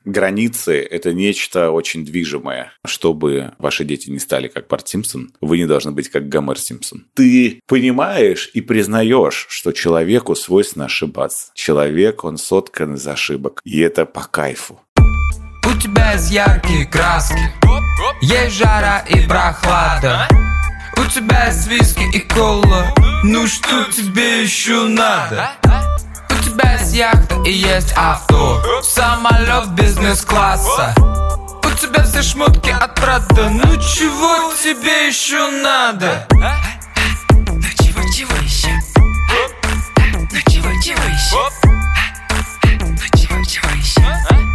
Границы – это нечто очень движимое. Чтобы ваши дети не стали как Барт Симпсон, вы не должны быть как Гомер Симпсон. Ты понимаешь и признаешь, что человеку свойственно ошибаться. Человек, он соткан из ошибок. И это по кайфу. У тебя есть яркие краски, есть жара и прохлада. У тебя есть виски и кола, ну что тебе еще надо? У тебя есть яхта и есть авто, самолет бизнес-класса. У тебя все шмотки от Прада, ну чего тебе еще надо? Ну чего еще? Ну чего еще? Ну чего еще?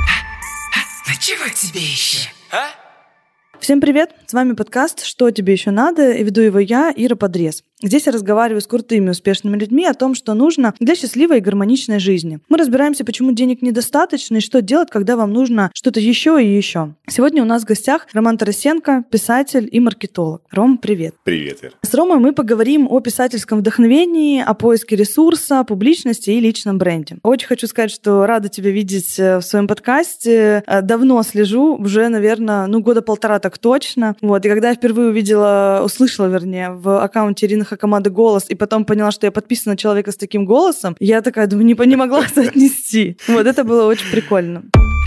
Ну чего тебе еще? Всем привет! С вами подкаст «Что тебе еще надо?» и веду его я, Ира Подрез. Здесь я разговариваю с крутыми, успешными людьми о том, что нужно для счастливой и гармоничной жизни. Мы разбираемся, почему денег недостаточно и что делать, когда вам нужно что-то еще и еще. Сегодня у нас в гостях Роман Тарасенко, писатель и маркетолог. Ром, привет. Привет, Ир. С Ромой мы поговорим о писательском вдохновении, о поиске ресурса, публичности и личном бренде. Очень хочу сказать, что рада тебя видеть в своем подкасте. Давно слежу, уже, наверное, года полтора так точно. И когда я впервые услышала в аккаунте Ирины Хакамады голос, и потом поняла, что я подписана на человека с таким голосом, я такая, думаю, не могла соотнести. Это было очень прикольно.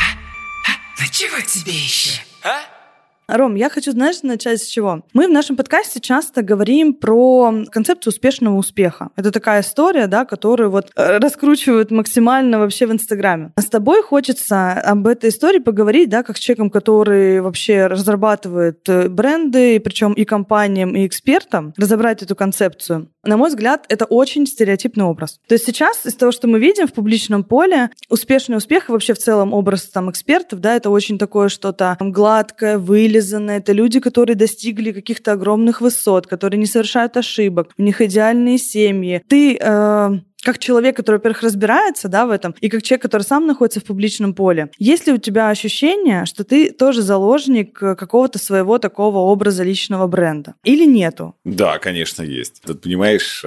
Ну чего тебе еще? Ром, я хочу, начать с чего? Мы в нашем подкасте часто говорим про концепцию успешного успеха. Это такая история, которую раскручивают максимально вообще в Инстаграме. А с тобой хочется об этой истории поговорить, как с человеком, который вообще разрабатывает бренды, причем и компаниям, и экспертам, разобрать эту концепцию. На мой взгляд, это очень стереотипный образ. То есть сейчас из того, что мы видим в публичном поле, успешный успех и вообще в целом образ экспертов, это очень такое что-то гладкое, вылизанное. Это люди, которые достигли каких-то огромных высот, которые не совершают ошибок, у них идеальные семьи. Ты как человек, который, во-первых, разбирается в этом, и как человек, который сам находится в публичном поле, есть ли у тебя ощущение, что ты тоже заложник какого-то своего такого образа личного бренда? Или нету? Да, конечно, есть. Тут, понимаешь,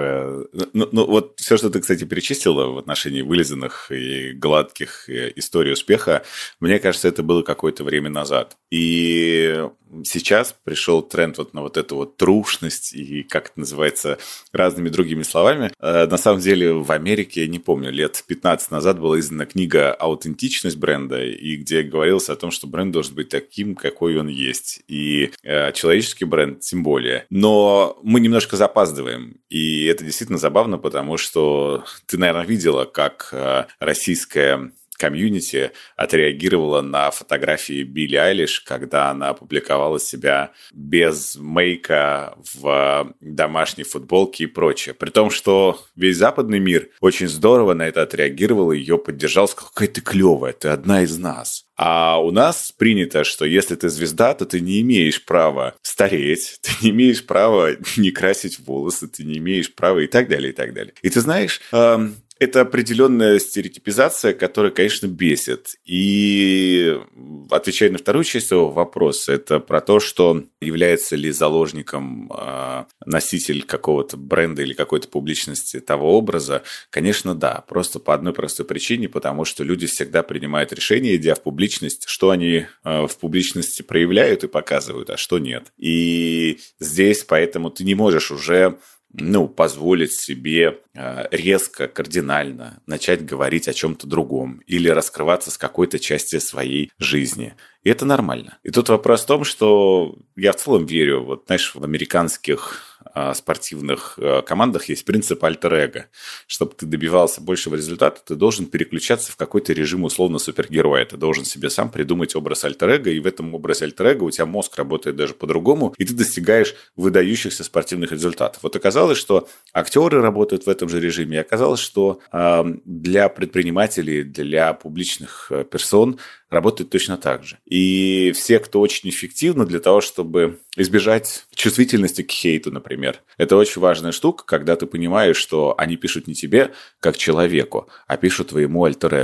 все, что ты, кстати, перечислила в отношении вылизанных и гладких историй успеха, мне кажется, это было какое-то время назад. И сейчас пришел тренд на эту трушность и, как это называется, разными другими словами. На самом деле, в Америке, я не помню, лет 15 назад была издана книга «Аутентичность бренда», и где говорилось о том, что бренд должен быть таким, какой он есть. И человеческий бренд тем более. Но мы немножко запаздываем. И это действительно забавно, потому что ты, наверное, видела, как российская комьюнити отреагировала на фотографии Билли Айлиш, когда она опубликовала себя без мейка в домашней футболке и прочее. При том, что весь западный мир очень здорово на это отреагировал, ее поддержал, сказал, какая ты клевая, ты одна из нас. А у нас принято, что если ты звезда, то ты не имеешь права стареть, ты не имеешь права не красить волосы, ты не имеешь права и так далее, и так далее. И ты знаешь, это определенная стереотипизация, которая, конечно, бесит. И отвечая на вторую часть своего вопроса, это про то, что является ли заложником носитель какого-то бренда или какой-то публичности того образа. Конечно, да. Просто по одной простой причине, потому что люди всегда принимают решения, идя в публичность, что они в публичности проявляют и показывают, а что нет. И здесь поэтому ты не можешь уже позволить себе резко, кардинально начать говорить о чем-то другом или раскрываться с какой-то части своей жизни. И это нормально. И тут вопрос в том, что я в целом верю, в американских спортивных командах есть принцип альтер-эго. Чтобы ты добивался большего результата, ты должен переключаться в какой-то режим условно супергероя. Ты должен себе сам придумать образ альтер-эго, и в этом образе альтер-эго у тебя мозг работает даже по-другому, и ты достигаешь выдающихся спортивных результатов. Оказалось, что актеры работают в этом же режиме, и оказалось, что для предпринимателей, для публичных персон работает точно так же. И все, кто очень эффективно для того, чтобы избежать чувствительности к хейту, например. Это очень важная штука, когда ты понимаешь, что они пишут не тебе, как человеку, а пишут твоему альтер-эго.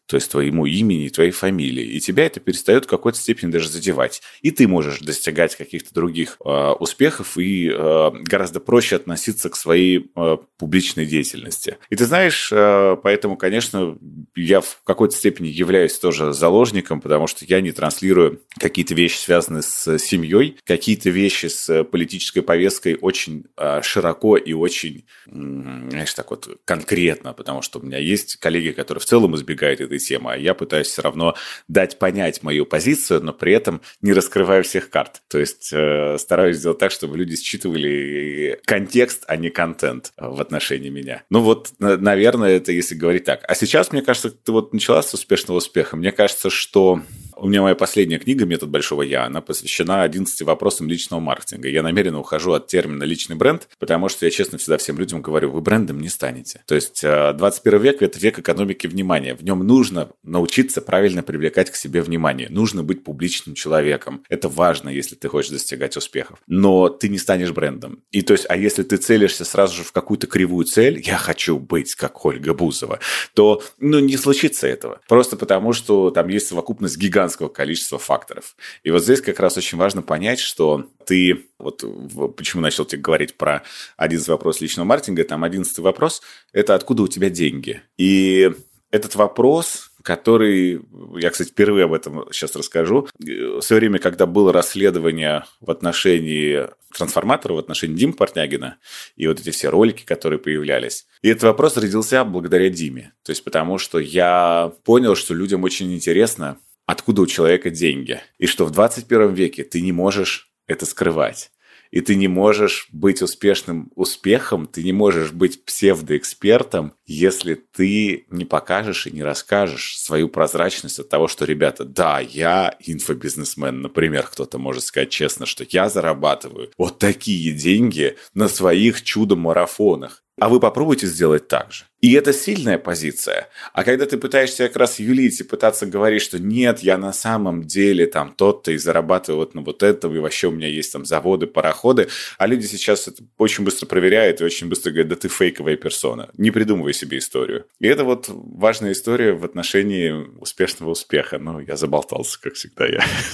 то есть твоему имени, твоей фамилии, и тебя это перестает в какой-то степени даже задевать. И ты можешь достигать каких-то других успехов и гораздо проще относиться к своей публичной деятельности. И ты знаешь, поэтому, конечно, я в какой-то степени являюсь тоже заложником, потому что я не транслирую какие-то вещи, связанные с семьей, какие-то вещи с политической повесткой очень широко и очень, знаешь, так вот конкретно, потому что у меня есть коллеги, которые в целом избегают этой темы, а я пытаюсь все равно дать понять мою позицию, но при этом не раскрываю всех карт. То есть стараюсь сделать так, чтобы люди считывали контекст, а не контент в отношении меня. Ну вот, наверное, это если говорить так. А сейчас, мне кажется, ты вот начала с успешного успеха. Мне кажется, что у меня моя последняя книга «Метод большого Я», она посвящена 11 вопросам личного маркетинга. Я намеренно ухожу от термина «личный бренд», потому что я честно всегда всем людям говорю, вы брендом не станете. То есть 21 век – это век экономики внимания. В нем нужно научиться правильно привлекать к себе внимание. Нужно быть публичным человеком. Это важно, если ты хочешь достигать успехов. Но ты не станешь брендом. И то есть, а если ты целишься сразу же в какую-то кривую цель, я хочу быть как Ольга Бузова, то не случится этого. Просто потому, что там есть совокупность гигантского количества факторов. И вот здесь как раз очень важно понять, что ты, вот почему начал тебе говорить про 11 вопрос личного маркетинга, там 11 вопрос – это откуда у тебя деньги. И этот вопрос, который, я, кстати, впервые об этом сейчас расскажу, в свое время, когда было расследование в отношении трансформатора, в отношении Димы Портнягина, и вот эти все ролики, которые появлялись. И этот вопрос родился благодаря Диме. То есть потому что я понял, что людям очень интересно, откуда у человека деньги. И что в 21 веке ты не можешь это скрывать. И ты не можешь быть успешным успехом, ты не можешь быть псевдоэкспертом, если ты не покажешь и не расскажешь свою прозрачность от того, что, ребята, да, я инфобизнесмен, например, кто-то может сказать честно, что я зарабатываю вот такие деньги на своих чудо-марафонах. А вы попробуйте сделать так же. И это сильная позиция. А когда ты пытаешься как раз юлить и пытаться говорить, что нет, я на самом деле там тот-то и зарабатываю вот на вот этом, и вообще у меня есть там заводы, пароходы, а люди сейчас это очень быстро проверяют и очень быстро говорят, да ты фейковая персона, не придумывай себе историю. И это вот важная история в отношении успешного успеха. Ну, я заболтался, как всегда.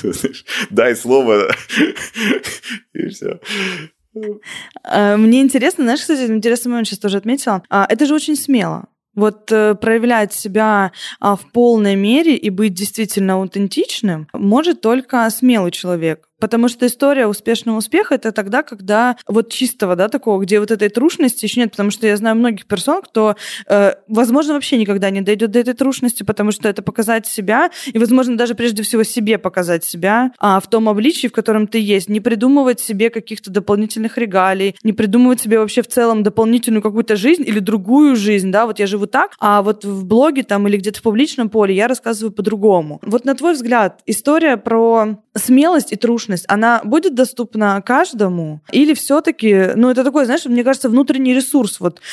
Дай слово, и все. Мне интересно, знаешь, кстати, интересный момент сейчас тоже отметила. Это же очень смело. Вот проявлять себя в полной мере и быть действительно аутентичным может только смелый человек. Потому что история успешного успеха – это тогда, когда вот чистого, да, такого, где вот этой трушности еще нет. Потому что я знаю многих персон, кто, возможно, вообще никогда не дойдет до этой трушности, потому что это показать себя, и, возможно, даже прежде всего себе показать себя в том обличии, в котором ты есть. Не придумывать себе каких-то дополнительных регалий, не придумывать себе вообще в целом дополнительную какую-то жизнь или другую жизнь, да, вот я живу так, а вот в блоге там или где-то в публичном поле я рассказываю по-другому. Вот на твой взгляд, история про смелость и трушность, она будет доступна каждому? Или все-таки, это такой, знаешь, мне кажется, внутренний ресурс вот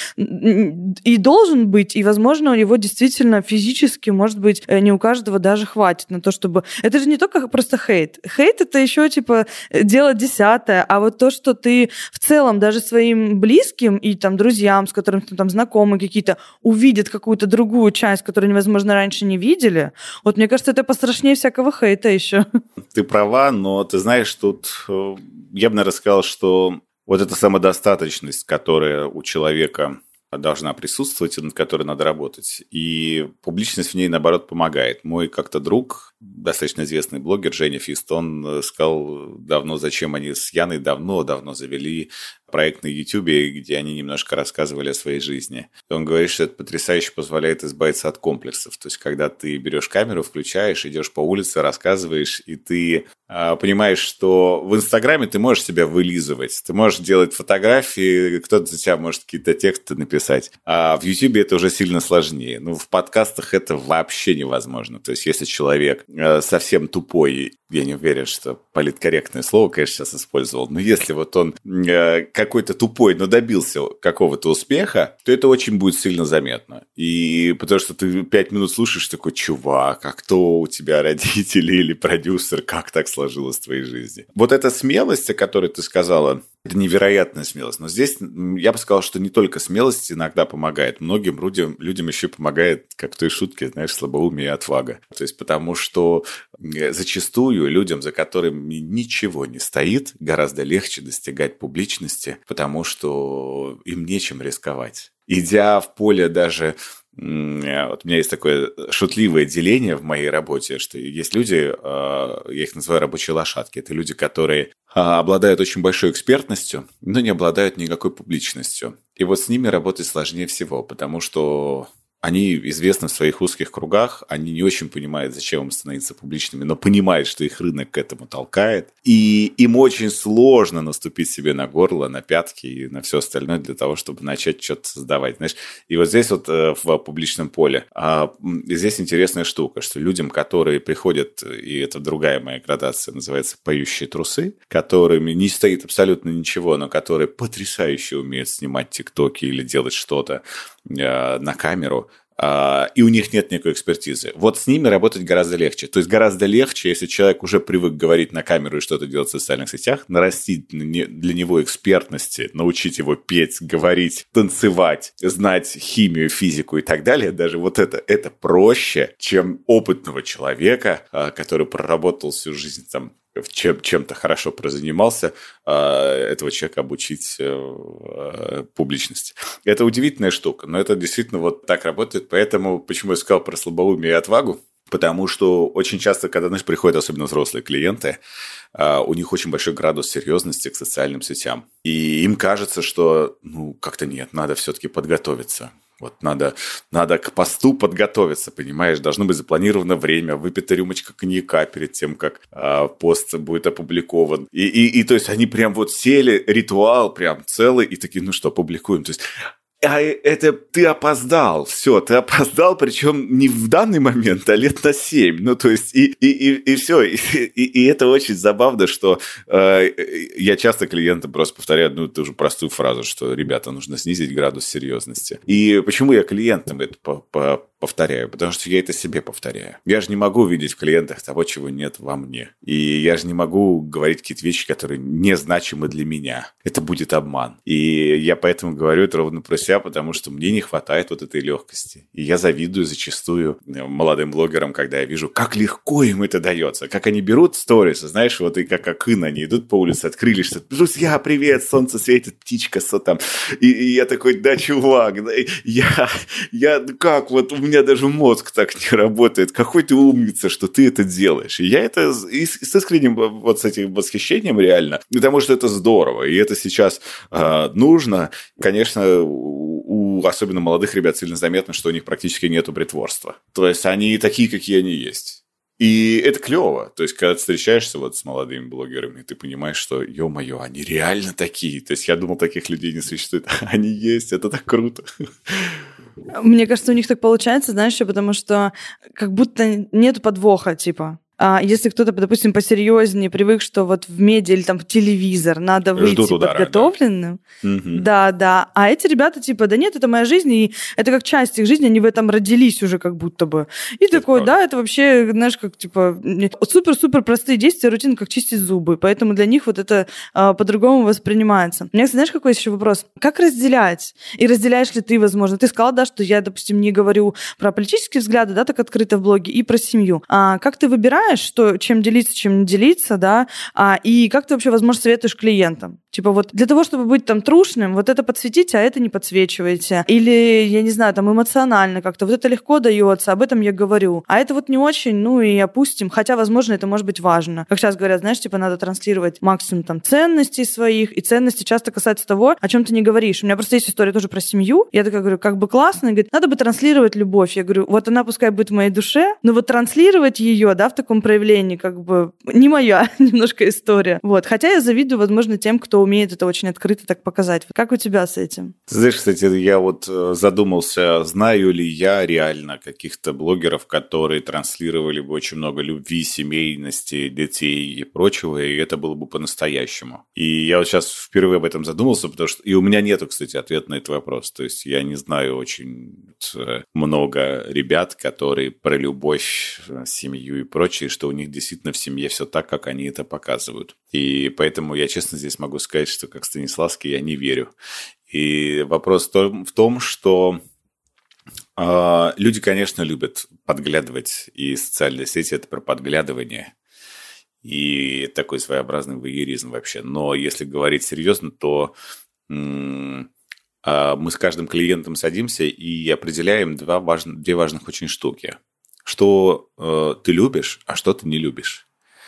и должен быть, и, возможно, его действительно физически, может быть, не у каждого даже хватит на то, чтобы... Это же не только просто хейт. Хейт — это еще, дело десятое, а вот то, что ты в целом даже своим близким и там друзьям, с которыми ты там знакомы какие-то, увидят какую-то другую часть, которую, возможно, раньше не видели, вот мне кажется, это пострашнее всякого хейта еще. Ты права, но ты знаешь, тут я бы, наверное, сказал, что вот эта самодостаточность, которая у человека должна присутствовать и над которой надо работать. И публичность в ней, наоборот, помогает. Мой как-то друг, достаточно известный блогер Женя Фист, он сказал давно, зачем они с Яной давно завели проект на Ютубе, где они немножко рассказывали о своей жизни. Он говорит, что это потрясающе позволяет избавиться от комплексов. То есть, когда ты берешь камеру, включаешь, идешь по улице, рассказываешь, и ты понимаешь, что в Инстаграме ты можешь себя вылизывать, ты можешь делать фотографии, кто-то за тебя может какие-то тексты написать. А в Ютубе это уже сильно сложнее. В подкастах это вообще невозможно. То есть, если человек совсем тупой, я не уверен, что политкорректное слово, конечно, сейчас использовал, но если вот он какой-то тупой, но добился какого-то успеха, то это очень будет сильно заметно. И потому что ты 5 минут слушаешь такой, чувак, а кто у тебя родители или продюсер, как так сложилось в твоей жизни? Вот эта смелость, о которой ты сказала, Это невероятная смелость. Но здесь я бы сказал, что не только смелость иногда помогает. Многим людям еще помогает, как в той шутке, знаешь, слабоумие и отвага. То есть потому что зачастую людям, за которыми ничего не стоит, гораздо легче достигать публичности, потому что им нечем рисковать. Идя в поле даже... Вот у меня есть такое шутливое деление в моей работе, что есть люди, я их называю рабочие лошадки. Это люди, которые обладают очень большой экспертностью, но не обладают никакой публичностью. И вот с ними работать сложнее всего, потому что они известны в своих узких кругах, они не очень понимают, зачем им становиться публичными, но понимают, что их рынок к этому толкает. И им очень сложно наступить себе на горло, на пятки и на все остальное для того, чтобы начать что-то создавать. Знаешь? И вот здесь вот в публичном поле здесь интересная штука, что людям, которые приходят, и это другая моя градация, называется «поющие трусы», которыми не стоит абсолютно ничего, но которые потрясающе умеют снимать тиктоки или делать что-то на камеру, и у них нет никакой экспертизы. Вот с ними работать гораздо легче. То есть гораздо легче, если человек уже привык говорить на камеру и что-то делать в социальных сетях, нарастить для него экспертности, научить его петь, говорить, танцевать, знать химию, физику и так далее. Даже вот это проще, чем опытного человека, который проработал всю жизнь там, чем-то хорошо прозанимался, этого человека обучить публичности. Это удивительная штука, но это действительно вот так работает. Поэтому, почему я сказал про слабоумие и отвагу? Потому что очень часто, когда, знаешь, приходят особенно взрослые клиенты, у них очень большой градус серьезности к социальным сетям. И им кажется, что, как-то нет, надо все-таки подготовиться. Вот надо к посту подготовиться, понимаешь? Должно быть запланировано время, выпита рюмочка коньяка перед тем, как пост будет опубликован. И то есть они прям вот сели, ритуал прям целый, и такие, публикуем. То есть... это ты опоздал, все, ты опоздал, причем не в данный момент, а лет на 7. То есть, и все. И это очень забавно, что я часто клиентам просто повторяю ту же простую фразу, что, ребята, нужно снизить градус серьезности. И почему я клиентам это повторяю? Потому что я это себе повторяю. Я же не могу видеть в клиентах того, чего нет во мне. И я же не могу говорить какие-то вещи, которые незначимы для меня. Это будет обман. И я поэтому говорю это ровно про себя, потому что мне не хватает вот этой легкости. И я завидую зачастую молодым блогерам, когда я вижу, как легко им это дается. Как они берут сторис, знаешь, вот и как акын, они идут по улице, открыли что-то. Друзья, привет, солнце светит, птичка, там. И я такой, да, чувак, я как, вот у меня даже мозг так не работает. Какой ты умница, что ты это делаешь. И я это с искренним вот с этим восхищением реально, потому что это здорово, и это сейчас нужно. Конечно, у особенно молодых ребят сильно заметно, что у них практически нету притворства. То есть они такие, какие они есть. И это клево. То есть, когда ты встречаешься вот с молодыми блогерами, ты понимаешь, что, ё-моё, они реально такие. То есть, я думал, таких людей не существует. Они есть, это так круто. Мне кажется, у них так получается, знаешь, потому что как будто нет подвоха, типа. Если кто-то, допустим, посерьезнее привык, что вот в медиа или там в телевизор надо выйти подготовленным. Да. А эти ребята типа, да нет, это моя жизнь, и это как часть их жизни, они в этом родились уже как будто бы. И это такой, правда. Да, это вообще, знаешь, как типа супер-супер простые действия, рутина, как чистить зубы. Поэтому для них вот это по-другому воспринимается. У меня, знаешь, какой есть еще вопрос? Как разделять? И разделяешь ли ты, возможно? Ты сказала, да, что я, допустим, не говорю про политические взгляды, да, так открыто в блоге, и про семью. Как ты выбираешь, чем делиться, чем не делиться, да, и как ты вообще, возможно, советуешь клиентам? Типа вот для того, чтобы быть там трушным, вот это подсветите, а это не подсвечиваете. Или, я не знаю, там эмоционально как-то, вот это легко дается, об этом я говорю. А это вот не очень, и опустим. Хотя, возможно, это может быть важно. Как сейчас говорят, знаешь, типа надо транслировать максимум там ценностей своих, и ценности часто касаются того, о чем ты не говоришь. У меня просто есть история тоже про семью. Я такая говорю, как бы классно. И говорит, надо бы транслировать любовь. Я говорю, вот она пускай будет в моей душе, но вот транслировать ее, да, в таком проявлении как бы не моя немножко история. Вот. Хотя я завидую, возможно, тем, кто умеет это очень открыто так показать. Как у тебя с этим? Ты знаешь, кстати, я вот задумался, знаю ли я реально каких-то блогеров, которые транслировали бы очень много любви, семейности, детей и прочего, и это было бы по-настоящему. И я вот сейчас впервые об этом задумался, потому что... И у меня нету, кстати, ответа на этот вопрос. То есть я не знаю очень вот много ребят, которые про любовь, семью и прочее, что у них действительно в семье все так, как они это показывают. И поэтому я честно здесь могу сказать, что как Станиславский я не верю. И вопрос в том, что люди, конечно, любят подглядывать, и социальные сети – это про подглядывание. И такой своеобразный воеризм вообще. Но если говорить серьезно, то мы с каждым клиентом садимся и определяем две важных очень штуки. Что ты любишь, а что ты не любишь.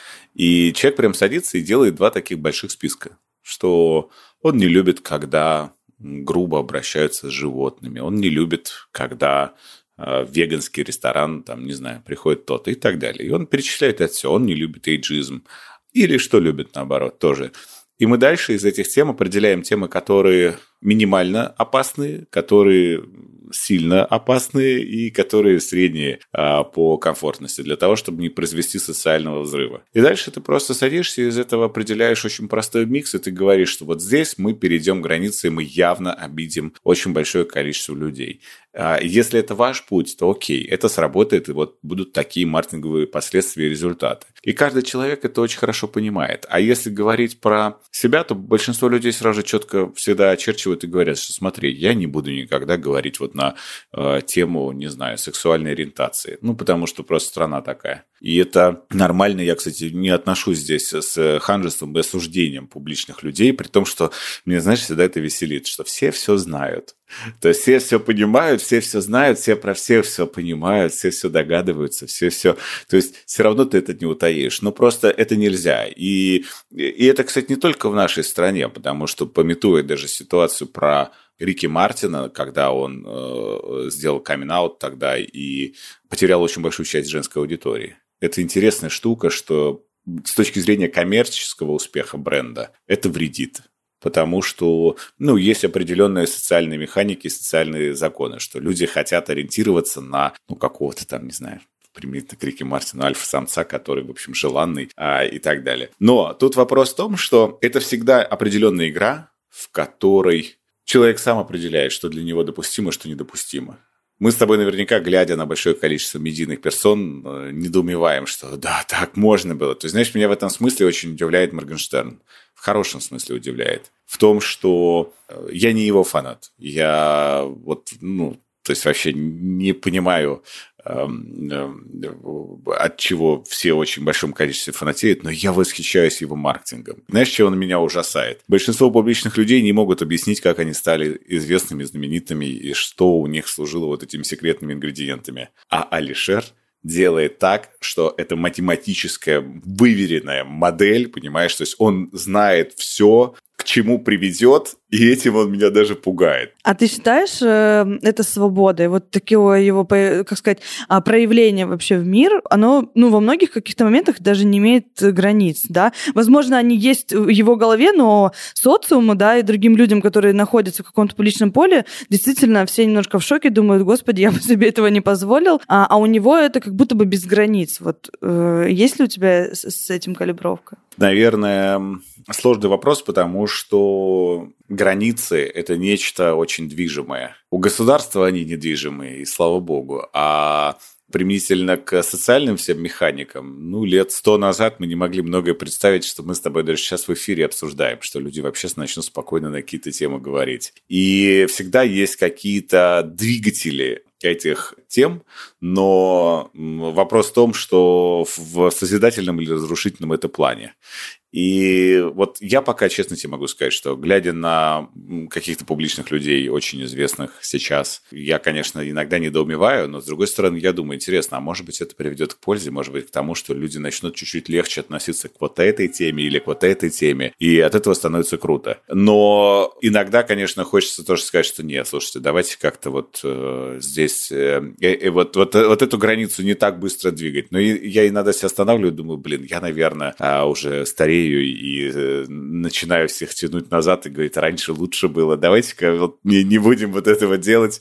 И человек прям садится и делает два таких больших списка. Что он не любит, когда грубо обращаются с животными. Он не любит, когда в веганский ресторан, там, не знаю, приходит тот и так далее. И он перечисляет это все. Он не любит эйджизм. Или что любит, наоборот, тоже. И мы дальше из этих тем определяем темы, которые минимально опасные, которые сильно опасные и которые средние по комфортности, для того, чтобы не произвести социального взрыва. И дальше ты просто садишься и из этого определяешь очень простой микс, и ты говоришь, что вот здесь мы перейдем границы, и мы явно обидим очень большое количество людей. Если это ваш путь, то окей, это сработает, и вот будут такие маркетинговые последствия и результаты. И каждый человек это очень хорошо понимает. А если говорить про себя, то большинство людей сразу же четко всегда очерчивают и говорят, что смотри, я не буду никогда говорить вот на тему, не знаю, сексуальной ориентации. Ну, потому что просто страна такая. И это нормально. Я, кстати, не отношусь здесь с ханжеством и осуждением публичных людей, при том, что мне, знаешь, всегда это веселит, что все знают. То есть все понимают, все знают, все про всех все понимают, все догадываются, все. То есть все равно ты это не утаишь. Но просто это нельзя. И это, кстати, не только в нашей стране, потому что, памятуя даже ситуацию про Рики Мартина, когда он сделал камин-аут тогда и потерял очень большую часть женской аудитории. Это интересная штука, что с точки зрения коммерческого успеха бренда это вредит. Потому что, есть определенные социальные механики, социальные законы, что люди хотят ориентироваться на, какого-то там, не знаю, применительно к Рике Мартину, альфа-самца, который, в общем, желанный и так далее. Но тут вопрос в том, что это всегда определенная игра, в которой человек сам определяет, что для него допустимо, что недопустимо. Мы с тобой наверняка, глядя на большое количество медийных персон, недоумеваем, что да, так можно было. То есть, знаешь, меня в этом смысле очень удивляет Моргенштерн. В хорошем смысле удивляет. В том, что я не его фанат. Я то есть вообще не понимаю, от чего все в очень большом количестве фанатеют, но я восхищаюсь его маркетингом. Знаешь, чего он меня ужасает? Большинство публичных людей не могут объяснить, как они стали известными, знаменитыми, и что у них служило вот этими секретными ингредиентами. А Алишер делает так, что это математическая выверенная модель, понимаешь? То есть он знает все, к чему приведет, и этим он меня даже пугает. А ты считаешь это свободой? Вот такое его, как сказать, проявление вообще в мир, оно, во многих каких-то моментах даже не имеет границ, да? Возможно, они есть в его голове, но социуму, да, и другим людям, которые находятся в каком-то публичном поле, действительно все немножко в шоке, думают, господи, я бы себе этого не позволил, а у него это как будто бы без границ. Вот есть ли у тебя с этим калибровка? Наверное, сложный вопрос, потому что границы – это нечто очень движимое. У государства они недвижимые, и слава богу. А применительно к социальным всем механикам, лет 100 назад мы не могли многое представить, что мы с тобой даже сейчас в эфире обсуждаем, что люди вообще начнут спокойно на какие-то темы говорить. И всегда есть какие-то двигатели этих тем, но вопрос в том, что в созидательном или разрушительном это плане. И вот я пока, честно тебе могу сказать, что глядя на каких-то публичных людей, очень известных сейчас, я, конечно, иногда недоумеваю, но, с другой стороны, я думаю, интересно, а может быть, это приведет к пользе, может быть, к тому, что люди начнут чуть-чуть легче относиться к вот этой теме или к вот этой теме, и от этого становится круто. Но иногда, конечно, хочется тоже сказать, что нет, слушайте, давайте как-то вот здесь вот эту границу не так быстро двигать. Но я иногда себя останавливаю, думаю, я, наверное, уже старею и начинаю всех тянуть назад и говорить, раньше лучше было, давайте-ка не будем вот этого делать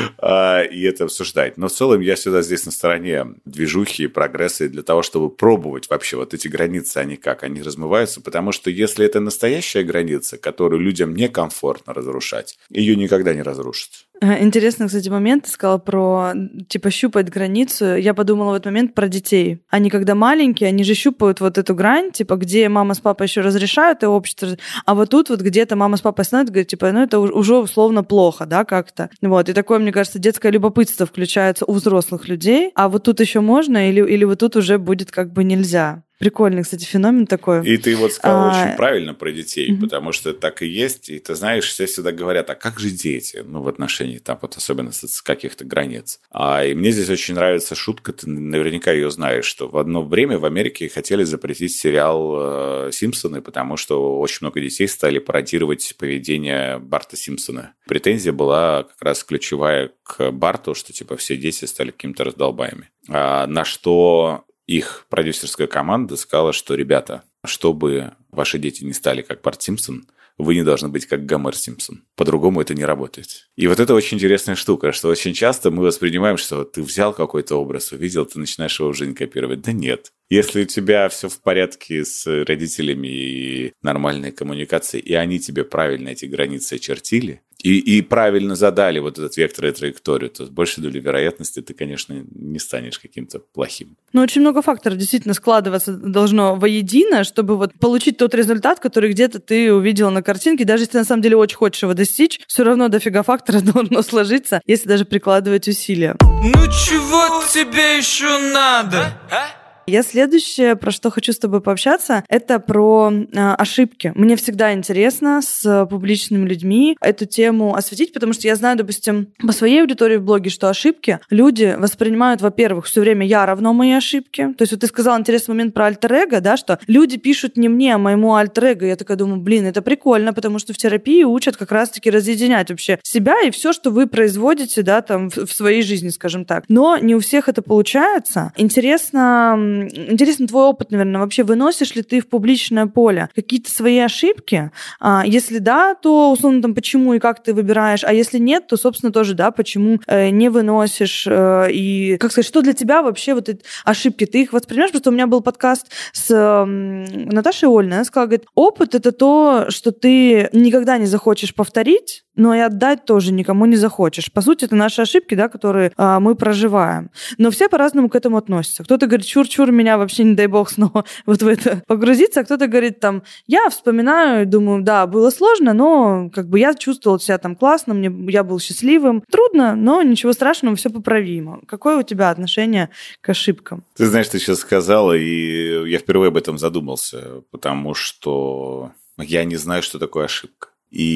и это обсуждать. Но в целом я всегда здесь на стороне движухи и прогресса для того, чтобы пробовать вообще вот эти границы, они размываются, потому что если это настоящая граница, которую людям некомфортно разрушать, ее никогда не разрушат. Интересный, кстати, момент. Ты сказала про, типа, щупать границу. Я подумала в этот момент про детей. Они, когда маленькие, они же щупают вот эту грань, типа, где мама с папой еще разрешают, и общество... А вот тут вот где-то мама с папой становятся, говорят, типа, ну, это уже условно плохо, да, как-то. Вот. И такое, мне кажется, детское любопытство включается у взрослых людей. А вот тут еще можно, или вот тут уже будет как бы нельзя. Прикольный, кстати, феномен такой. И ты вот сказал очень правильно про детей, потому что так и есть. И ты знаешь, все всегда говорят, а как же дети? Ну, в отношении там вот особенно с каких-то границ. И мне здесь очень нравится шутка, ты наверняка ее знаешь, что в одно время в Америке хотели запретить сериал «Симпсоны», потому что очень много детей стали пародировать поведение Барта Симпсона. Претензия была как раз ключевая к Барту, что типа все дети стали какими-то раздолбаями. На что... Их продюсерская команда сказала, что, ребята, чтобы ваши дети не стали как Барт Симпсон, вы не должны быть как Гомер Симпсон. По-другому это не работает. И вот это очень интересная штука, что очень часто мы воспринимаем, что ты взял какой-то образ, увидел, ты начинаешь его в жизнь копировать. Да нет. Если у тебя все в порядке с родителями и нормальной коммуникацией, и они тебе правильно эти границы очертили, и правильно задали вот этот вектор и траекторию, то с большей долей вероятности ты, конечно, не станешь каким-то плохим. Ну, очень много факторов действительно складываться должно воедино, чтобы вот получить тот результат, который где-то ты увидела на картинке. Даже если ты на самом деле очень хочешь его достичь, все равно дофига факторов должно сложиться, если даже прикладывать усилия. Ну чего тебе еще надо? Я следующее, про что хочу с тобой пообщаться, это про ошибки. Мне всегда интересно с публичными людьми эту тему осветить, потому что я знаю, допустим, по своей аудитории в блоге, что ошибки люди воспринимают, во-первых, все время «я равно мои ошибки». То есть вот ты сказал интересный момент про альтер-эго, да, что люди пишут не мне, а моему альтер-эго. Я такая думаю, блин, это прикольно, потому что в терапии учат как раз-таки разъединять вообще себя и все, что вы производите, да, там, в своей жизни, скажем так. Но не у всех это получается. Интересен твой опыт, наверное. Вообще выносишь ли ты в публичное поле какие-то свои ошибки? Если да, то, условно, там, почему и как ты выбираешь? А если нет, то, собственно, тоже, да, почему не выносишь? И, как сказать, что для тебя вообще вот эти ошибки? Ты их воспринимаешь? Просто у меня был подкаст с Наташей Ольной. Она сказала, говорит, опыт — это то, что ты никогда не захочешь повторить, но и отдать тоже никому не захочешь. По сути, это наши ошибки, да, которые мы проживаем. Но все по-разному к этому относятся. Кто-то говорит, чур-чур, меня вообще, не дай бог, снова вот в это погрузиться. А кто-то говорит, там, я вспоминаю, думаю, да, было сложно, но как бы я чувствовала себя там классно, я был счастливым. Трудно, но ничего страшного, все поправимо. Какое у тебя отношение к ошибкам? Ты знаешь, ты сейчас сказала, и я впервые об этом задумался, потому что я не знаю, что такое ошибка.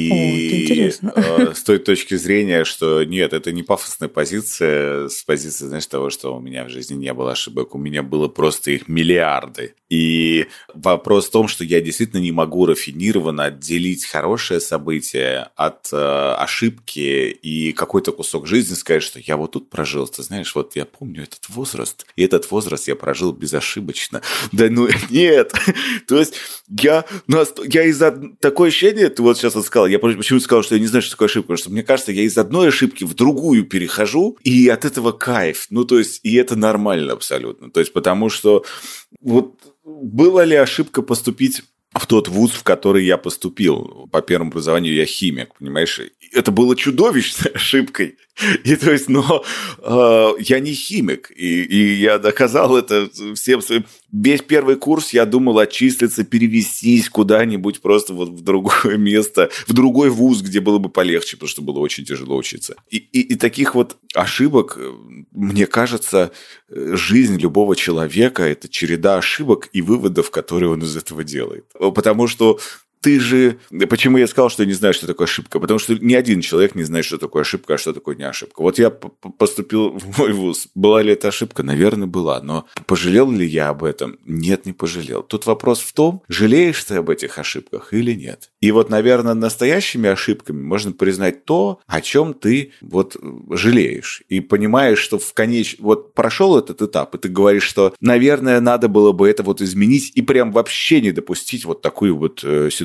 И с той точки зрения, что нет, это не пафосная позиция, с позиции, знаешь, того, что у меня в жизни не было ошибок, у меня было просто их миллиарды. И вопрос в том, что я действительно не могу рафинированно отделить хорошее событие от ошибки и какой-то кусок жизни сказать, что я вот тут прожил, ты знаешь, вот я помню этот возраст, и этот возраст я прожил безошибочно. Да ну нет! То есть я из-за такое ощущение, ты вот сейчас сказал, я почему сказал, что я не знаю, что такое ошибка, потому что мне кажется, я из одной ошибки в другую перехожу, и от этого кайф. Ну, то есть, и это нормально абсолютно. То есть, потому что вот была ли ошибка поступить в тот вуз, в который я поступил? По первому образованию я химик, понимаешь? Это было чудовищной ошибкой. И то есть, но я не химик, и я доказал это всем своим. Весь первый курс я думал отчислиться, перевестись куда-нибудь просто вот в другое место, в другой вуз, где было бы полегче, потому что было очень тяжело учиться. И таких вот ошибок, мне кажется, жизнь любого человека – это череда ошибок и выводов, которые он из этого делает. Потому что ты же... Почему я сказал, что я не знаю, что такое ошибка? Потому что ни один человек не знает, что такое ошибка, а что такое не ошибка. Вот я поступил в мой вуз. Была ли это ошибка? Наверное, была. Но пожалел ли я об этом? Нет, не пожалел. Тут вопрос в том, жалеешь ты об этих ошибках или нет. И вот, наверное, настоящими ошибками можно признать то, о чем ты вот жалеешь. И понимаешь, что вот прошел этот этап, и ты говоришь, что, наверное, надо было бы это вот изменить и прям вообще не допустить вот такую вот ситуацию.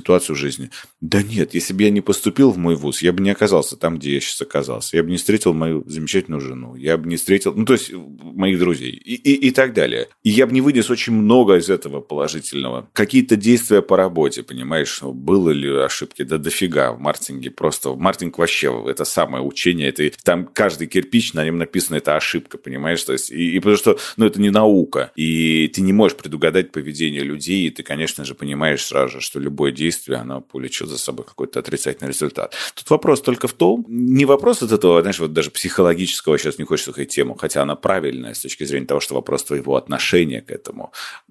ситуацию в жизни. Да нет, если бы я не поступил в мой вуз, я бы не оказался там, где я сейчас оказался. Я бы не встретил мою замечательную жену, я бы не встретил, то есть моих друзей и так далее. И я бы не вынес очень много из этого положительного. Какие-то действия по работе, понимаешь, было ли ошибки? Да дофига в маркетинге просто. Маркетинг вообще это самое учение, это там каждый кирпич, на нем написано, это ошибка, понимаешь? То есть, и потому что, это не наука, и ты не можешь предугадать поведение людей, и ты, конечно же, понимаешь сразу же, что любое действие, оно повлечет за собой какой-то отрицательный результат. Тут вопрос только в том, не вопрос от этого, знаешь, вот даже психологического, сейчас не хочется сказать тему, хотя она правильная с точки зрения того, что вопрос твоего отношения к этому.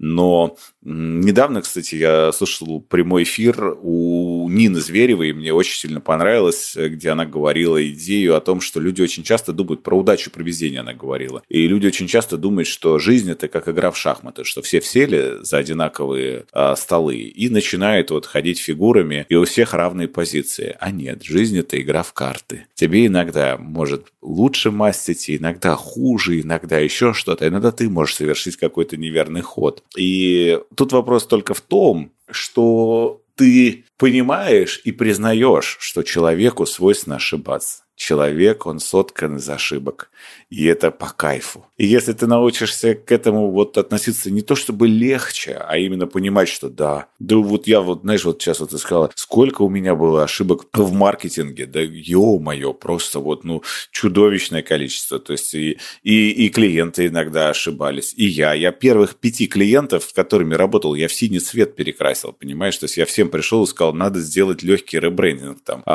Но недавно, кстати, я слушал прямой эфир у Нины Зверевой, и мне очень сильно понравилось, где она говорила идею о том, что люди очень часто думают про удачу, про везение, она говорила. И люди очень часто думают, что жизнь – это как игра в шахматы, что все сели за одинаковые столы и начинают ходить фигурами, и у всех равные позиции. А нет, жизнь – это игра в карты. Тебе иногда может лучше мастить, иногда хуже, иногда еще что-то. Иногда ты можешь совершить какой-то неверный ход. И тут вопрос только в том, что ты понимаешь и признаешь, что человеку свойственно ошибаться. Человек, он соткан из ошибок, и это по кайфу. И если ты научишься к этому относиться не то чтобы легче, а именно понимать, что да я знаешь, сейчас ты сказала, сколько у меня было ошибок в маркетинге, да ё-моё, просто чудовищное количество. То есть и клиенты иногда ошибались, и я первых 5 клиентов, с которыми работал, я в синий цвет перекрасил, понимаешь? То есть я всем пришел и сказал, надо сделать легкий ребрендинг там,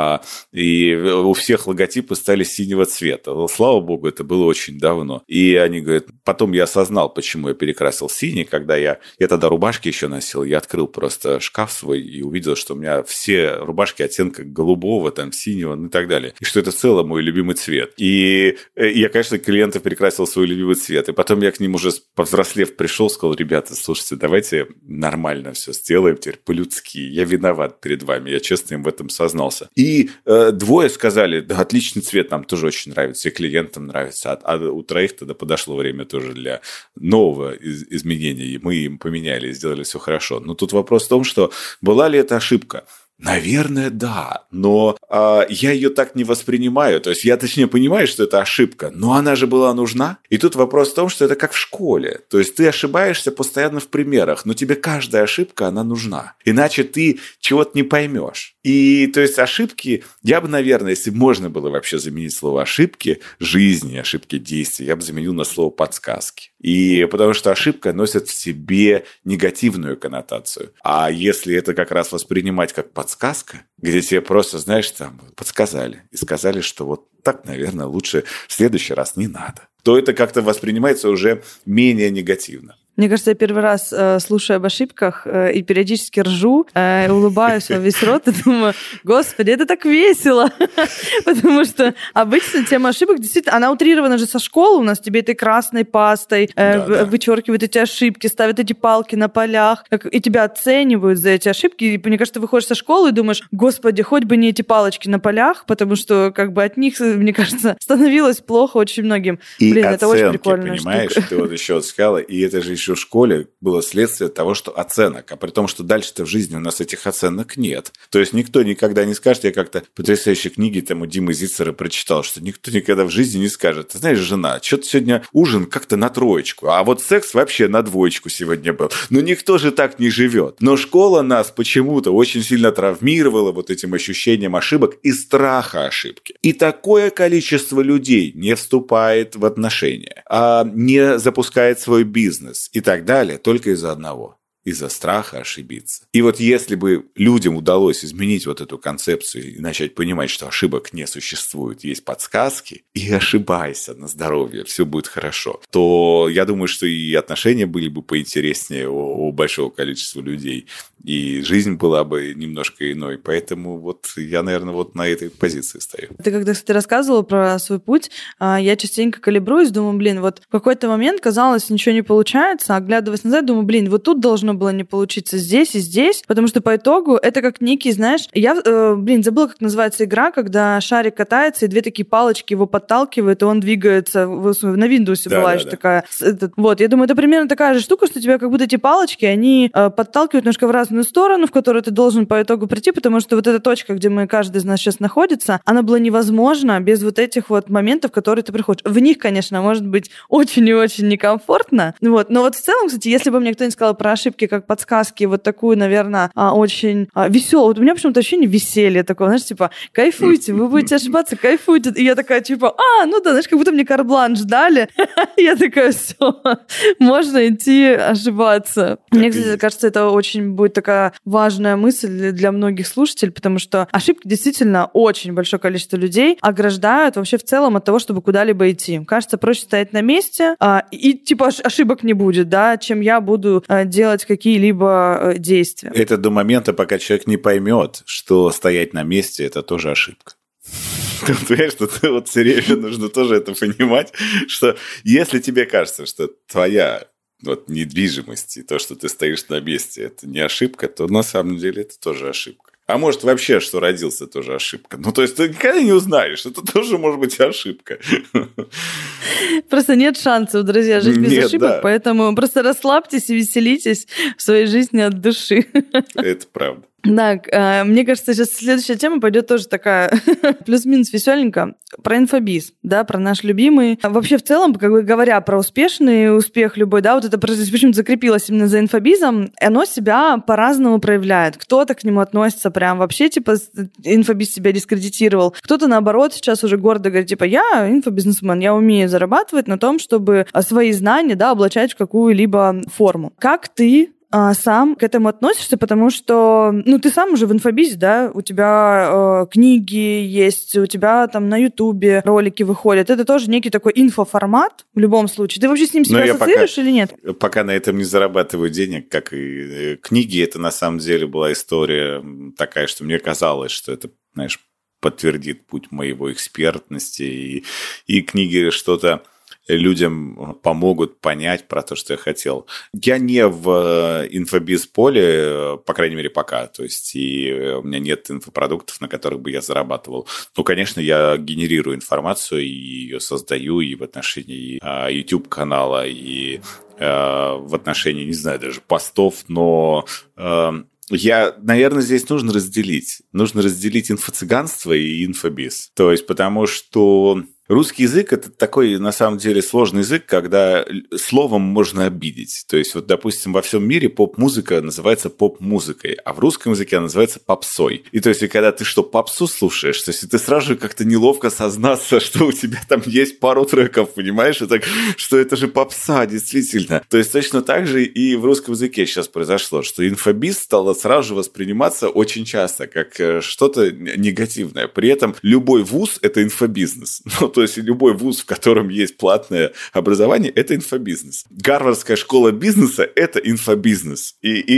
и у всех логотипы стали синего цвета. Слава богу, это было очень давно. И они говорят, потом я осознал, почему я перекрасил синий, когда я тогда рубашки еще носил, я открыл просто шкаф свой и увидел, что у меня все рубашки оттенка голубого, там, синего, и так далее. И что это в целом мой любимый цвет. И я, конечно, клиентов перекрасил свой любимый цвет. И потом я к ним уже повзрослев пришел, сказал, ребята, слушайте, давайте нормально все сделаем теперь по-людски. Я виноват перед вами, я честно им в этом сознался. И 2 сказали, да, отличный цвет, нам тоже очень нравится, и клиентам нравится. А у 3 тогда подошло время тоже для нового изменения, и мы им поменяли, сделали все хорошо. Но тут вопрос в том, что была ли это ошибка? Наверное, да, но я ее так не воспринимаю. То есть я, точнее, понимаю, что это ошибка, но она же была нужна. И тут вопрос в том, что это как в школе. То есть ты ошибаешься постоянно в примерах, но тебе каждая ошибка, она нужна. Иначе ты чего-то не поймешь. И, то есть, ошибки, я бы, наверное, если можно было вообще заменить слово ошибки, жизни, ошибки действий, я бы заменил на слово подсказки. И потому что ошибка носит в себе негативную коннотацию. А если это как раз воспринимать как подсказка, где тебе просто, знаешь, там подсказали и сказали, что так, наверное, лучше в следующий раз не надо, то это как-то воспринимается уже менее негативно. Мне кажется, я первый раз слушаю об ошибках и периодически ржу, улыбаюсь во весь рот и думаю, господи, это так весело. Потому что обычно тема ошибок, действительно, она утрирована же со школы у нас, тебе этой красной пастой вычеркивают эти ошибки, ставят эти палки на полях, и тебя оценивают за эти ошибки. И, мне кажется, ты выходишь со школы и думаешь, господи, хоть бы не эти палочки на полях, потому что от них, мне кажется, становилось плохо очень многим. И оценки, это очень прикольно. Понимаешь, ты еще сказала, и это же еще в школе было следствие того, что оценок, а при том, что дальше-то в жизни у нас этих оценок нет. То есть никто никогда не скажет, я как-то потрясающие книги у Димы Зицера прочитал, что никто никогда в жизни не скажет, ты знаешь, жена, что-то сегодня ужин как-то на 3, а секс вообще на 2 сегодня был. Но никто же так не живет. Но школа нас почему-то очень сильно травмировала этим ощущением ошибок и страха ошибки. И такое количество людей не вступает в отношения, не запускает свой бизнес и так далее, только из-за одного. Из-за страха ошибиться. И если бы людям удалось изменить эту концепцию и начать понимать, что ошибок не существует, есть подсказки, и ошибайся на здоровье, все будет хорошо, то я думаю, что и отношения были бы поинтереснее у большого количества людей, и жизнь была бы немножко иной. Поэтому я, наверное, на этой позиции стою. Ты когда, кстати, рассказывала про свой путь, я частенько калибруюсь, думаю, в какой-то момент казалось, ничего не получается, оглядываясь назад, думаю, тут должно должно было не получиться здесь и здесь, потому что по итогу это как некий, знаешь, я, забыла, как называется игра, когда шарик катается, и две такие палочки его подталкивают, и он двигается. На Windows была еще такая. Вот, я думаю, это примерно такая же штука, что у тебя как будто эти палочки, они подталкивают немножко в разную сторону, в которую ты должен по итогу прийти, потому что вот эта точка, где каждый из нас сейчас находится, она была невозможна без вот этих вот моментов, в которые ты приходишь. В них, конечно, может быть очень и очень некомфортно. Вот. Но вот в целом, кстати, если бы мне кто-нибудь сказал про ошибки как подсказки, вот такую, наверное, очень веселую. Вот у меня почему-то ощущение веселья такого, знаешь, типа, кайфуйте, вы будете ошибаться, кайфуйте. И я такая, типа, ну да, знаешь, как будто мне карт-бланш дали. Я такая, все, можно идти ошибаться. Мне, кстати, кажется, это очень будет такая важная мысль для многих слушателей, потому что ошибки действительно очень большое количество людей ограждают вообще в целом от того, чтобы куда-либо идти. Кажется, проще стоять на месте, и типа ошибок не будет, да, чем я буду делать какие-либо действия. Это до момента, пока человек не поймет, что стоять на месте – это тоже ошибка. Ты понимаешь, что ты вот все время нужно тоже это понимать, что если тебе кажется, что твоя вот недвижимость и то, что ты стоишь на месте, это не ошибка, то на самом деле это тоже ошибка. А может, вообще, что родился, тоже ошибка. Ну, то есть, ты никогда не узнаешь. Это тоже может быть ошибка. Просто нет шансов, друзья, жить без ошибок. Поэтому просто расслабьтесь и веселитесь в своей жизни от души. Это правда. Так, мне кажется, сейчас следующая тема пойдет тоже такая плюс-минус веселенько. Про инфобиз, да, про наш любимый. Вообще, в целом, как бы говоря про успешный успех любой, да, вот это почему-то закрепилось именно за инфобизом, оно себя по-разному проявляет. Кто-то к нему относится прям вообще, типа, инфобиз себя дискредитировал. Кто-то, наоборот, сейчас уже гордо говорит, типа, я инфобизнесмен, я умею зарабатывать на том, чтобы свои знания, да, облачать в какую-либо форму. Как ты сам к этому относишься, потому что, ты сам уже в инфобизе, да, у тебя книги есть, у тебя там на Ютубе ролики выходят. Это тоже некий такой инфоформат в любом случае. Ты вообще с ним себя ассоциируешь или нет? Пока на этом не зарабатываю денег, как и книги, это на самом деле была история такая, что мне казалось, что это, знаешь, подтвердит путь моего экспертности, и книги что-то людям помогут понять про то, что я хотел. Я не в инфобиз-поле, по крайней мере, пока. То есть, и у меня нет инфопродуктов, на которых бы я зарабатывал. Ну, конечно, я генерирую информацию и ее создаю и в отношении YouTube-канала, и в отношении, не знаю, даже постов, но... Наверное, здесь нужно разделить. Нужно разделить инфо-цыганство и инфобиз. То есть, потому что русский язык – это такой, на самом деле, сложный язык, когда словом можно обидеть. То есть, вот, допустим, во всем мире поп-музыка называется поп-музыкой, а в русском языке она называется попсой. И то есть, когда ты попсу слушаешь, то есть, ты сразу же как-то неловко сознаться, что у тебя там есть пару треков, понимаешь? И так, что это же попса, действительно. То есть, точно так же и в русском языке сейчас произошло, что инфобиз стало сразу же восприниматься очень часто как что-то негативное. При этом любой вуз – это инфобизнес. То есть любой вуз, в котором есть платное образование, это инфобизнес. Гарвардская школа бизнеса – это инфобизнес.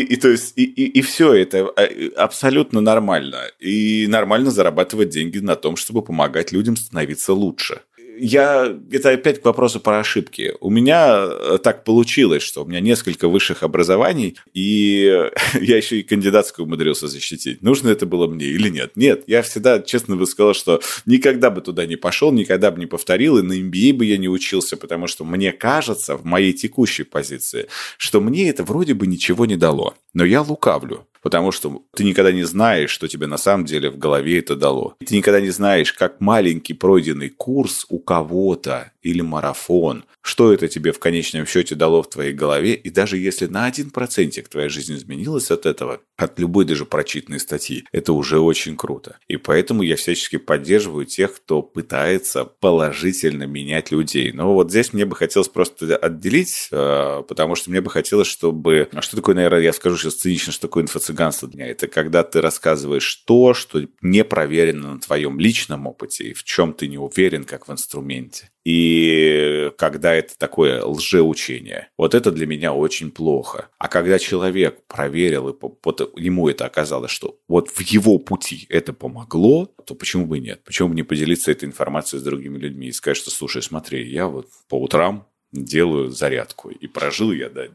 И все это абсолютно нормально. И нормально зарабатывать деньги на том, чтобы помогать людям становиться лучше. Это опять к вопросу про ошибки. У меня так получилось, что у меня несколько высших образований, и я еще и кандидатскую умудрился защитить. Нужно это было мне или нет? Нет, я всегда честно бы сказал, что никогда бы туда не пошел, никогда бы не повторил, и на MBA бы я не учился, потому что мне кажется, в моей текущей позиции, что мне это вроде бы ничего не дало. Но я лукавлю. Потому что ты никогда не знаешь, что тебе на самом деле в голове это дало. Ты никогда не знаешь, как маленький пройденный курс у кого-то или марафон, что это тебе в конечном счете дало в твоей голове. И даже если на 1% твоя жизнь изменилась от этого, от любой даже прочитанной статьи, это уже очень круто. И поэтому я всячески поддерживаю тех, кто пытается положительно менять людей. Но вот здесь мне бы хотелось просто отделить, потому что мне бы хотелось, чтобы... Что такое, наверное, я скажу сейчас цинично, что такое инфо-цыганство для меня? Это когда ты рассказываешь то, что не проверено на твоем личном опыте и в чем ты не уверен, как в инструменте. И когда это такое лжеучение, вот это для меня очень плохо. А когда человек проверил, и ему это оказалось, что вот в его пути это помогло, то почему бы и нет? Почему бы не поделиться этой информацией с другими людьми и сказать, что, слушай, смотри, я вот по утрам делаю зарядку. И прожил я до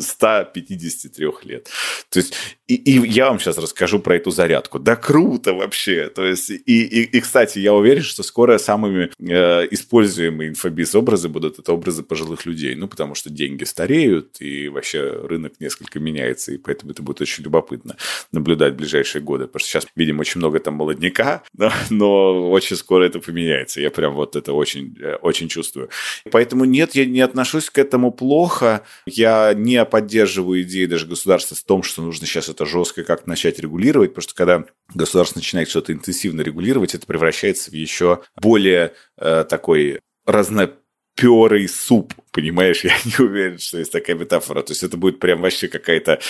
153 лет. То есть, и я вам сейчас расскажу про эту зарядку. Да круто вообще. То есть, и кстати, я уверен, что скоро самыми используемые инфобиз-образы будут это образы пожилых людей. Ну, потому что деньги стареют, и вообще рынок несколько меняется, и поэтому это будет очень любопытно наблюдать в ближайшие годы. Потому что сейчас видим очень много там молодняка, да, но очень скоро это поменяется. Я прям вот это очень, очень чувствую. Поэтому нет, я не отношусь к этому плохо. Я не поддерживаю идеи даже государства в том, что нужно сейчас это жестко как-то начать регулировать, потому что когда государство начинает что-то интенсивно регулировать, это превращается в еще более такой разноперый суп. Понимаешь, я не уверен, что есть такая метафора. То есть это будет прям вообще какая-то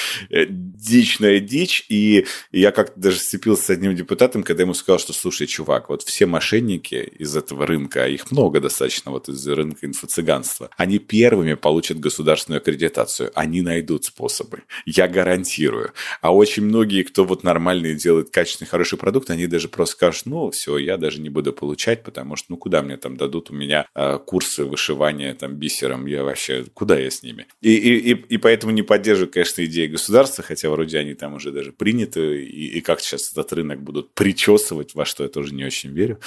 дичная дичь. И я как-то даже сцепился с одним депутатом, когда ему сказал, что, слушай, чувак, вот все мошенники из этого рынка, а их много достаточно, вот из рынка инфо-цыганства, они первыми получат государственную аккредитацию. Они найдут способы. Я гарантирую. А очень многие, кто вот нормальные делает качественный, хороший продукт, они даже просто скажут, ну, все, я даже не буду получать, потому что, ну, куда мне там дадут у меня курсы вышивания там бисера, я вообще, куда я с ними? И поэтому не поддерживаю, конечно, идеи государства, хотя вроде они там уже даже приняты, и как сейчас этот рынок будут причесывать, во что я тоже не очень верю,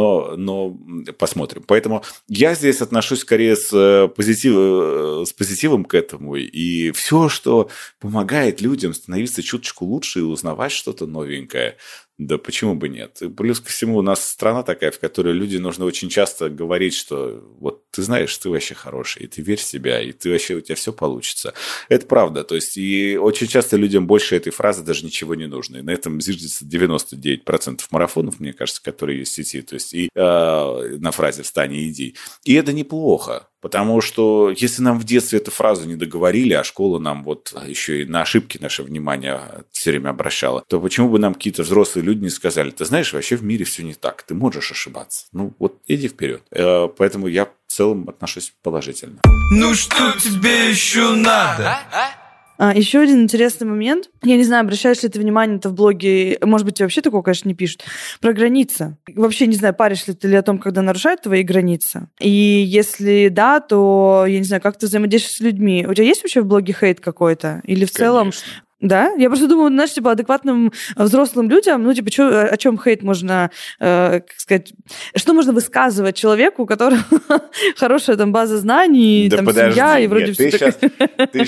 но посмотрим. Поэтому я здесь отношусь скорее с позитивом к этому, и все, что помогает людям становиться чуточку лучше и узнавать что-то новенькое, да почему бы нет? И плюс ко всему у нас страна такая, в которой людям нужно очень часто говорить, что вот ты знаешь, ты вообще хороший, и ты верь в себя, и ты вообще, у тебя все получится. Это правда. То есть, и очень часто людям больше этой фразы даже ничего не нужно. И на этом зиждется 99% марафонов, мне кажется, которые есть в сети. То есть, и на фразе «встань и иди». И это неплохо. Потому что если нам в детстве эту фразу не договорили, а школа нам вот еще и на ошибки наше внимание все время обращала, то почему бы нам какие-то взрослые люди не сказали, ты знаешь, вообще в мире все не так, ты можешь ошибаться. Ну вот иди вперед. Поэтому я в целом отношусь положительно. Ну что тебе еще надо? Еще один интересный момент. Я не знаю, обращаешь ли ты внимание это в блоге, может быть, тебе вообще такого, конечно, не пишут, про границы. Вообще не знаю, паришь ли ты о том, когда нарушают твои границы. И если да, то, я не знаю, как ты взаимодействуешь с людьми. У тебя есть вообще в блоге хейт какой-то? Или в целом... Да? Я просто думаю, знаешь, типа, адекватным взрослым людям, ну, типа, о чем хейт можно, как сказать, что можно высказывать человеку, у которого хорошая там база знаний, да там подожди, семья, и вроде все ты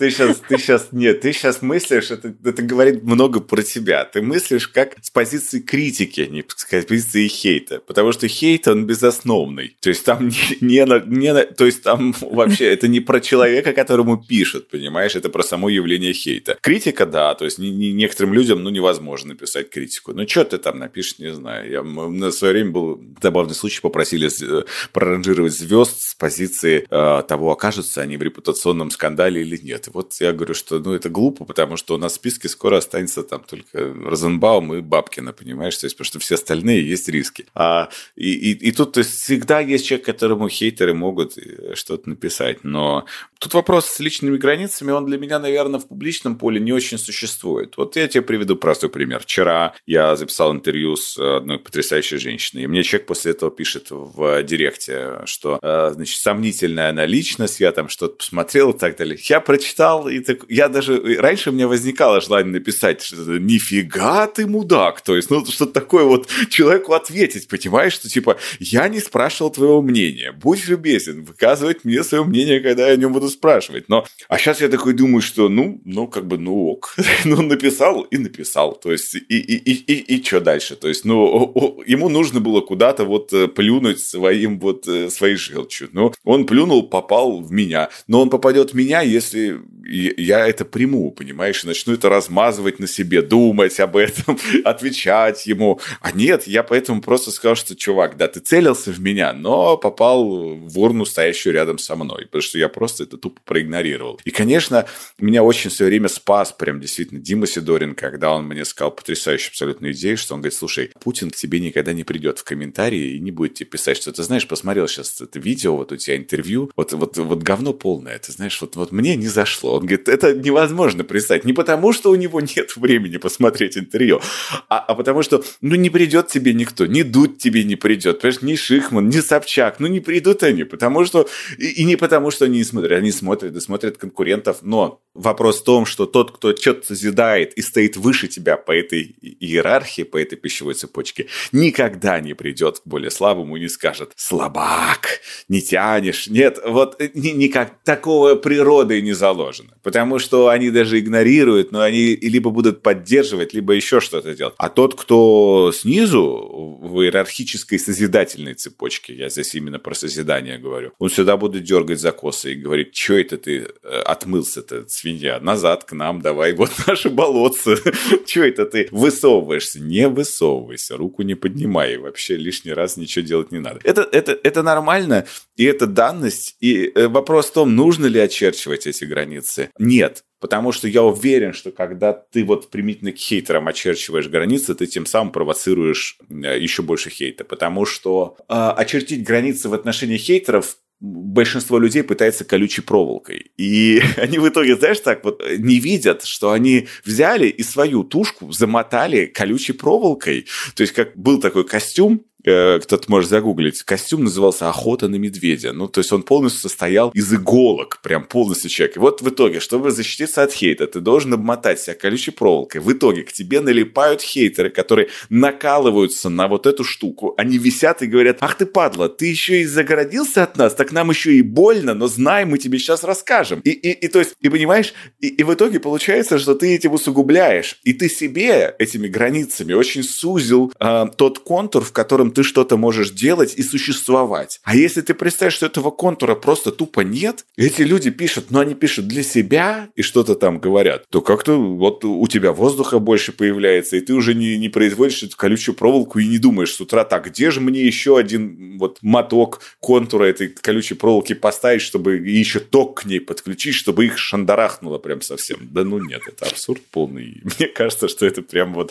сейчас мыслишь, это говорит много про тебя. Ты мыслишь как с позиции критики, не с позиции хейта, потому что хейт, он безосновный. То есть там то есть там вообще это не про человека, которому пишут, понимаешь, это про само явление хейта. Критика, да, то есть некоторым людям, ну, невозможно написать критику. Ну, что ты там напишешь, не знаю. На свое время был забавный случай, попросили проранжировать звезд с позиции того, окажутся они в репутационном скандале или нет. И вот я говорю, что, ну, это глупо, потому что у нас в списке скоро останется там только Розенбаум и Бабкина, понимаешь? То есть, потому что все остальные есть риски. И тут, то есть, всегда есть человек, которому хейтеры могут что-то написать, но тут вопрос с личными границами, он для меня, наверное, в публичном поле не очень существует. Вот я тебе приведу простой пример. Вчера я записал интервью с одной потрясающей женщиной, и мне человек после этого пишет в директе, что, значит, сомнительная она личность, я там что-то посмотрел и так далее. Я прочитал, и так, я даже... Раньше у меня возникало желание написать, что нифига ты мудак, то есть, ну, что-то такое вот человеку ответить, понимаешь, что, типа, я не спрашивал твоего мнения, будь любезен, выказывать мне свое мнение, когда я о нем буду спрашивать. Но, а сейчас я такой думаю, что, ну, как бы, ну, ок. Ну, написал и написал. То есть, и что дальше? То есть, ну, ему нужно было куда-то вот плюнуть своей желчью. Ну, он плюнул, попал в меня. Но он попадет в меня, если я это приму, понимаешь, и начну это размазывать на себе, думать об этом, отвечать ему. А нет, я поэтому просто сказал, что, чувак, да, ты целился в меня, но попал в урну, стоящую рядом со мной, потому что я просто это тупо проигнорировал. И, конечно, меня очень все время спас прям действительно Дима Сидорин, когда он мне сказал потрясающую абсолютно идею, что он говорит, слушай, Путин к тебе никогда не придет в комментарии и не будет тебе писать, что ты знаешь, посмотрел сейчас это видео, вот у тебя интервью, вот говно полное, ты знаешь, вот мне не зашло. Он говорит, это невозможно представить. Не потому, что у него нет времени посмотреть интервью, а потому что, не придет тебе никто, ни Дудь тебе не придет, понимаешь, ни Шихман, ни Собчак, не придут они, потому что, и не потому, что они не смотрят и смотрят конкурентов, но вопрос в том, что тот, кто что-то созидает и стоит выше тебя по этой иерархии, по этой пищевой цепочке, никогда не придет к более слабому и не скажет «слабак, не тянешь». Нет, вот никак такого природой не заложено, потому что они даже игнорируют, но они либо будут поддерживать, либо еще что-то делать. А тот, кто снизу в иерархической созидательной цепочке, я здесь именно про созидание говорю, он всегда будет дергать за косы и говорить, что это ты отмылся-то, свинья, назад к нам давай, вот наши болотцы, что это ты высовываешься? Не высовывайся, руку не поднимай, вообще лишний раз ничего делать не надо. Это нормально, и это данность, и вопрос в том, нужно ли очерчивать эти границы. Нет. Потому что я уверен, что когда ты вот примитивно к хейтерам очерчиваешь границы, ты тем самым провоцируешь еще больше хейта. Потому что очертить границы в отношении хейтеров большинство людей пытается колючей проволокой. И они в итоге, знаешь, так вот не видят, что они взяли и свою тушку замотали колючей проволокой. То есть, как был такой костюм, кто-то может загуглить, костюм назывался «Охота на медведя». То есть он полностью состоял из иголок, прям полностью человек. И вот в итоге, чтобы защититься от хейта, ты должен обмотать себя колючей проволокой. В итоге к тебе налипают хейтеры, которые накалываются на вот эту штуку. Они висят и говорят, ах ты падла, ты еще и загородился от нас, так нам еще и больно, но знай, мы тебе сейчас расскажем. И то есть, и понимаешь, и в итоге получается, что ты этим усугубляешь. И ты себе этими границами очень сузил тот контур, в котором ты что-то можешь делать и существовать. А если ты представишь, что этого контура просто тупо нет, эти люди пишут, но они пишут для себя и что-то там говорят, то как-то вот у тебя воздуха больше появляется, и ты уже не производишь эту колючую проволоку и не думаешь с утра, так, где же мне еще один вот моток контура этой колючей проволоки поставить, чтобы еще ток к ней подключить, чтобы их шандарахнуло прям совсем. Да нет, это абсурд полный. Мне кажется, что это прям вот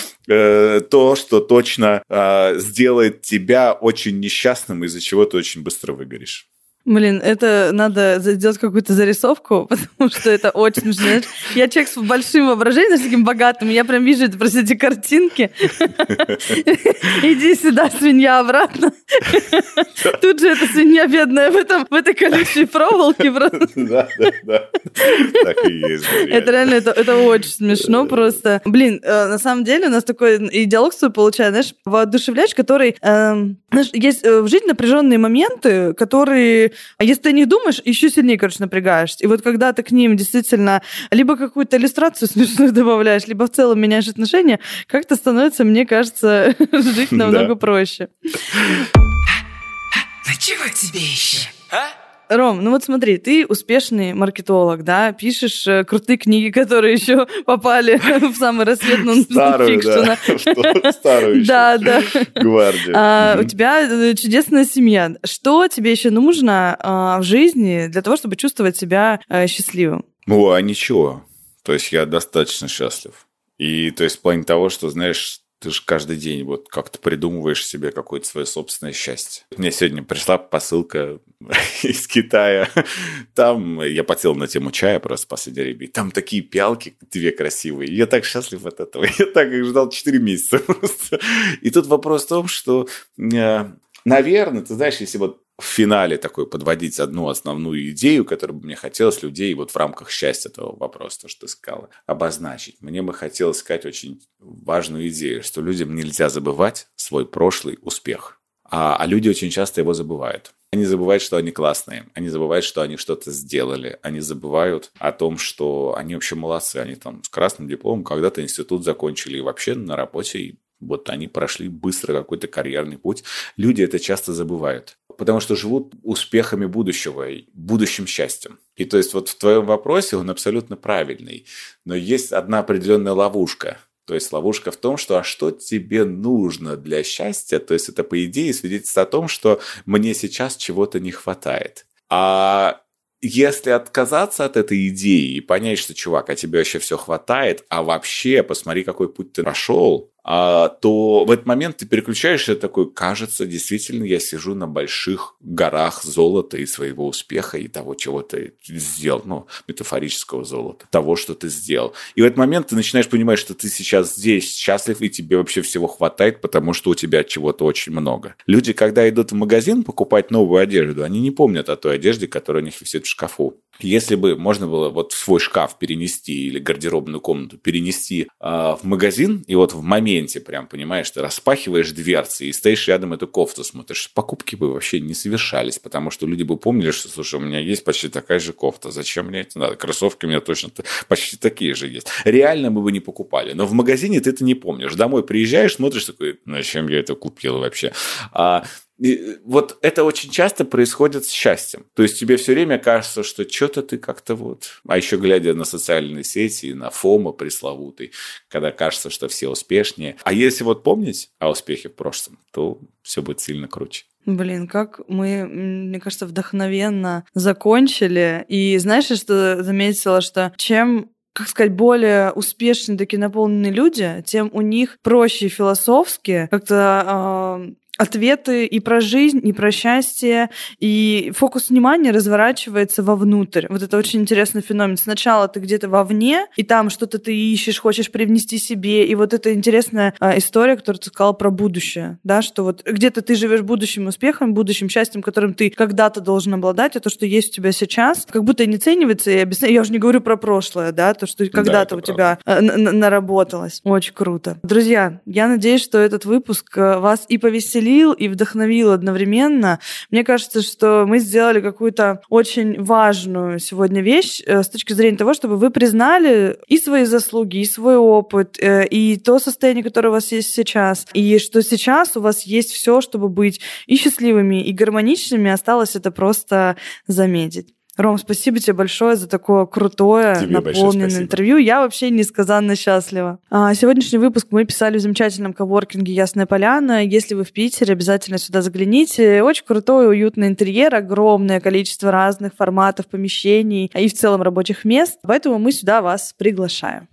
то, что точно сделает тебя очень несчастным, из-за чего ты очень быстро выгоришь. Блин, это надо сделать какую-то зарисовку, потому что это очень смешно. Я человек с большим воображением, с таким богатым, я прям вижу просто эти картинки. Иди сюда, свинья, обратно. Тут же эта свинья бедная в этой колючей проволоке. Да. Так и есть. Это реально, это очень смешно просто. Блин, на самом деле у нас такой и диалог свой получается, знаешь, воодушевляющий, который... Знаешь, есть в жизни напряженные моменты, которые... А если ты не думаешь, еще сильнее, напрягаешься. И вот когда ты к ним действительно либо какую-то иллюстрацию смешную добавляешь, либо в целом меняешь отношения, как-то становится, мне кажется, жить намного проще. Да чего тебе еще, а? Ром, вот смотри, ты успешный маркетолог, да, пишешь крутые книги, которые еще попали в самый рассвет нонфикшена. Старую еще. Да. Гвардию. У тебя чудесная семья. Что тебе еще нужно в жизни для того, чтобы чувствовать себя счастливым? Ничего. То есть я достаточно счастлив. И то есть в плане того, что, знаешь, ты же каждый день вот как-то придумываешь себе какое-то свое собственное счастье. Мне сегодня пришла посылка из Китая. Там я потел на тему чая просто в последнее время. Там такие пиалки 2 красивые. Я так счастлив от этого. Я так их ждал 4 месяца просто. И тут вопрос в том, что, наверное, ты знаешь, если вот в финале такой подводить одну основную идею, которую бы мне хотелось людей вот в рамках счастья этого вопроса, то, что ты сказала, обозначить. Мне бы хотелось сказать очень важную идею, что людям нельзя забывать свой прошлый успех. А люди очень часто его забывают. Они забывают, что они классные, они забывают, что они что-то сделали, они забывают о том, что они вообще молодцы, они там с красным дипломом когда-то институт закончили и вообще на работе, вот они прошли быстро какой-то карьерный путь. Люди это часто забывают, потому что живут успехами будущего, будущим счастьем. И то есть вот в твоем вопросе он абсолютно правильный, но есть одна определенная ловушка. То есть ловушка в том, что а что тебе нужно для счастья? То есть это, по идее, свидетельствует о том, что мне сейчас чего-то не хватает. А если отказаться от этой идеи и понять, что, чувак, а тебе вообще все хватает, а вообще посмотри, какой путь ты прошел, то в этот момент ты переключаешься такой, кажется, действительно, я сижу на больших горах золота и своего успеха, и того, чего ты сделал, метафорического золота, того, что ты сделал. И в этот момент ты начинаешь понимать, что ты сейчас здесь счастлив, и тебе вообще всего хватает, потому что у тебя чего-то очень много. Люди, когда идут в магазин покупать новую одежду, они не помнят о той одежде, которая у них висит в шкафу. Если бы можно было вот свой шкаф перенести или гардеробную комнату перенести в магазин, и вот в моменте прям, понимаешь, ты распахиваешь дверцы и стоишь рядом эту кофту смотришь, покупки бы вообще не совершались, потому что люди бы помнили, что, слушай, у меня есть почти такая же кофта, зачем мне это надо? Кроссовки у меня точно почти такие же есть. Реально мы бы не покупали, но в магазине ты это не помнишь. Домой приезжаешь, смотришь такой, зачем я это купил вообще? И вот это очень часто происходит с счастьем. То есть тебе все время кажется, что что-то ты как-то вот... А еще глядя на социальные сети, на фомо пресловутый, когда кажется, что все успешнее. А если вот помнить о успехе в прошлом, то все будет сильно круче. Блин, как мы, мне кажется, вдохновенно закончили. И знаешь, что заметила, что чем... как сказать, более успешные, такие наполненные люди, тем у них проще философски как-то ответы и про жизнь, и про счастье, и фокус внимания разворачивается вовнутрь. Вот это очень интересный феномен. Сначала ты где-то вовне, и там что-то ты ищешь, хочешь привнести себе, и вот это интересная история, которую ты сказала про будущее, да, что вот где-то ты живешь будущим успехом, будущим счастьем, которым ты когда-то должен обладать, а то, что есть у тебя сейчас, как будто не оценивается и объясняется. Я уже не говорю про прошлое, да, то, что когда-то у тебя наработалось. Очень круто. Друзья, я надеюсь, что этот выпуск вас и повеселил, и вдохновил одновременно. Мне кажется, что мы сделали какую-то очень важную сегодня вещь с точки зрения того, чтобы вы признали и свои заслуги, и свой опыт, и то состояние, которое у вас есть сейчас, и что сейчас у вас есть все, чтобы быть и счастливыми, и гармоничными. Осталось это просто заметить. Ром, спасибо тебе большое за такое крутое, тебе наполненное интервью. Я вообще несказанно счастлива. Сегодняшний выпуск мы писали в замечательном коворкинге «Ясная поляна». Если вы в Питере, обязательно сюда загляните. Очень крутой, уютный интерьер, огромное количество разных форматов помещений и в целом рабочих мест. Поэтому мы сюда вас приглашаем.